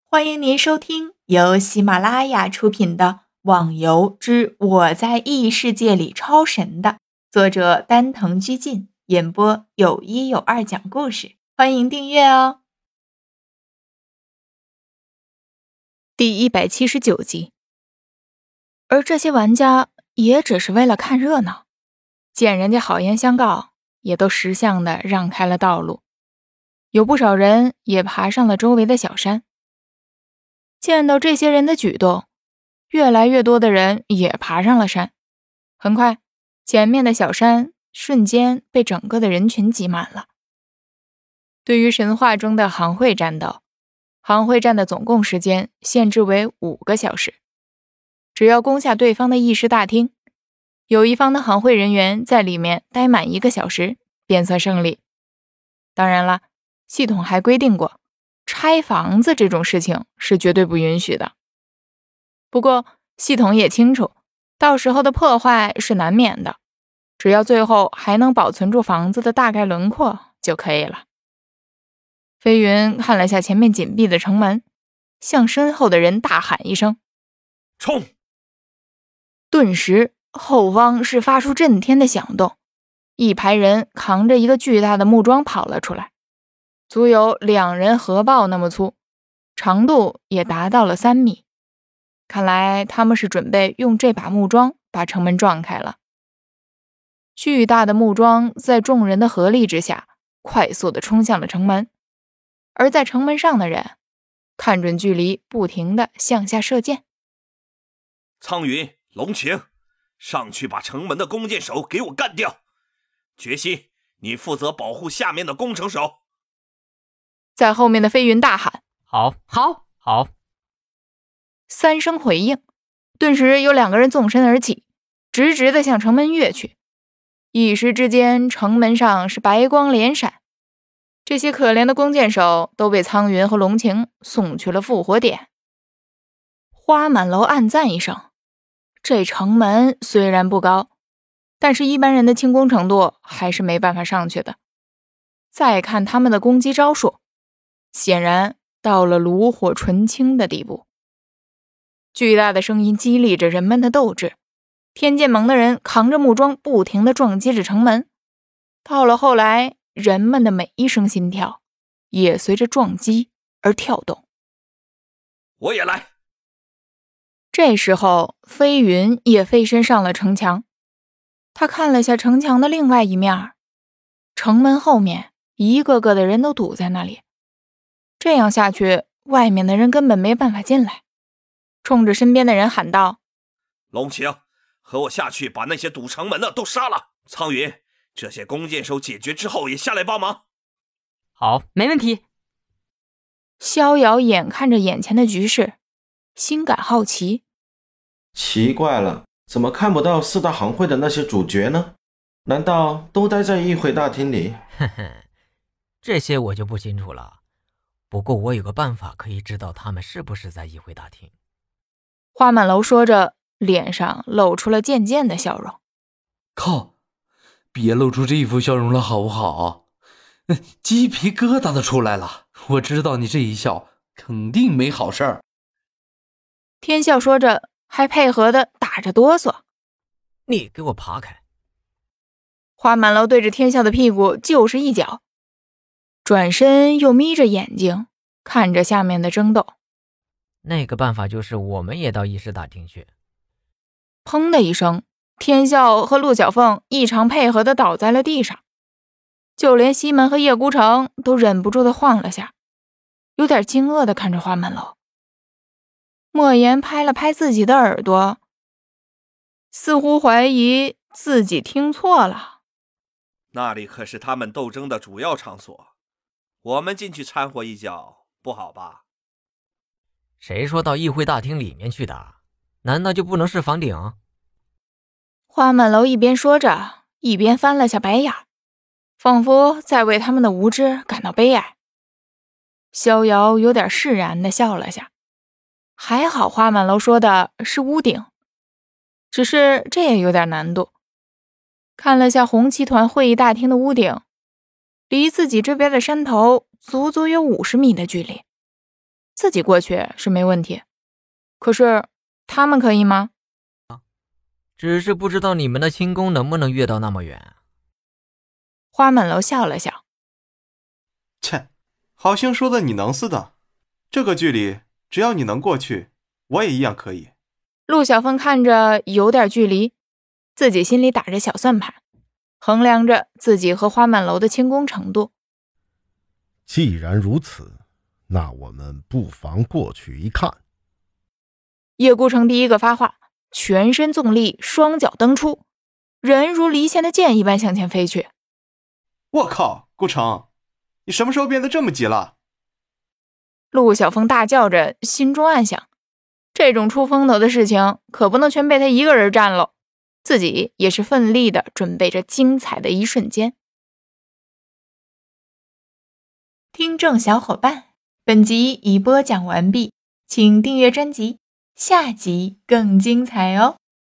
欢迎您收听由喜马拉雅出品的《网游之我在异世界里超神》的作者丹藤居进演播，有一有二讲故事。欢迎订阅哦。第179集。而这些玩家也只是为了看热闹，见人家好言相告，也都识相的让开了道路。有不少人也爬上了周围的小山。见到这些人的举动，越来越多的人也爬上了山。很快，前面的小山瞬间被整个的人群挤满了。对于神话中的行会战斗，行会战的总共时间限制为5个小时。只要攻下对方的议事大厅，有一方的行会人员在里面待满1个小时，便算胜利。当然了，系统还规定过，拆房子这种事情是绝对不允许的。不过系统也清楚，到时候的破坏是难免的，只要最后还能保存住房子的大概轮廓就可以了。飞云看了下前面紧闭的城门，向身后的人大喊一声： 冲！ 顿时后方是发出震天的响动，一排人扛着一个巨大的木桩跑了出来，足有2人合抱那么粗，长度也达到了3米。看来他们是准备用这把木桩把城门撞开了。巨大的木桩在众人的合力之下，快速地冲向了城门。而在城门上的人，看准距离，不停地向下射箭。 苍云、龙晴，上去把城门的弓箭手给我干掉！决心，你负责保护下面的工程手。 在后面的飞云大喊： 好，好，好 ！3声回应，顿时有2个人纵身而起，直直地向城门跃去。一时之间，城门上是白光连闪。这些可怜的弓箭手都被苍云和龙晴送去了复活点。花满楼暗赞一声，这城门虽然不高，但是一般人的轻功程度还是没办法上去的。再看他们的攻击招数，显然到了炉火纯青的地步。巨大的声音激励着人们的斗志，天剑盟的人扛着木桩不停地撞击着城门。到了后来，人们的每一声心跳也随着撞击而跳动。 我也来。 这时候飞云也飞身上了城墙，他看了下城墙的另外一面，城门后面一个个的人都堵在那里，这样下去外面的人根本没办法进来。冲着身边的人喊道： 龙晴，和我下去把那些堵城门的都杀了。苍云，这些弓箭手解决之后也下来帮忙。 好，没问题。 逍遥眼看着眼前的局势，心感好奇。 奇怪了，怎么看不到4大行会的那些主角呢？难道都待在议会大厅里？ 呵呵，这些我就不清楚了。不过我有个办法可以知道他们是不是在议会大厅。 花满楼说着，脸上露出了渐渐的笑容。 靠，别露出这一副笑容了好不好？鸡皮疙瘩都出来了，我知道你这一笑肯定没好事儿。 天笑说着，还配合的打着哆嗦。 你给我爬开！ 花满楼对着天笑的屁股就是一脚，转身又眯着眼睛看着下面的争斗。 那个办法就是我们也到议事大厅去。 砰的一声，天笑和陆小凤异常配合的倒在了地上，就连西门和叶孤城都忍不住的晃了下，有点惊愕的看着花满楼。莫言拍了拍自己的耳朵，似乎怀疑自己听错了。 那里可是他们斗争的主要场所，我们进去掺和一脚不好吧？ 谁说到议会大厅里面去的？难道就不能是房顶？ 花满楼一边说着，一边翻了下白眼，仿佛在为他们的无知感到悲哀。逍遥有点释然地笑了下，还好花满楼说的是屋顶，只是这也有点难度。看了下红旗团会议大厅的屋顶，离自己这边的山头足足有50米的距离。 自己过去是没问题，可是他们可以吗？ 只是不知道你们的轻功能不能跃到那么远。 花满楼笑了笑， 切，好像说的你能似的。这个距离，只要你能过去，我也一样可以。 陆小凤看着有点距离，自己心里打着小算盘，衡量着自己和花满楼的轻功程度。 既然如此，那我们不妨过去一看。 叶孤城第一个发话，全身纵力，双脚蹬出，人如离线的箭一般向前飞去。 我靠，顾城，你什么时候变得这么急了？ 陆小凤大叫着，心中暗想，这种出风头的事情可不能全被他一个人占了，自己也是奋力的准备着精彩的一瞬间。听众小伙伴，本集已播讲完毕，请订阅专辑，下集更精彩哦。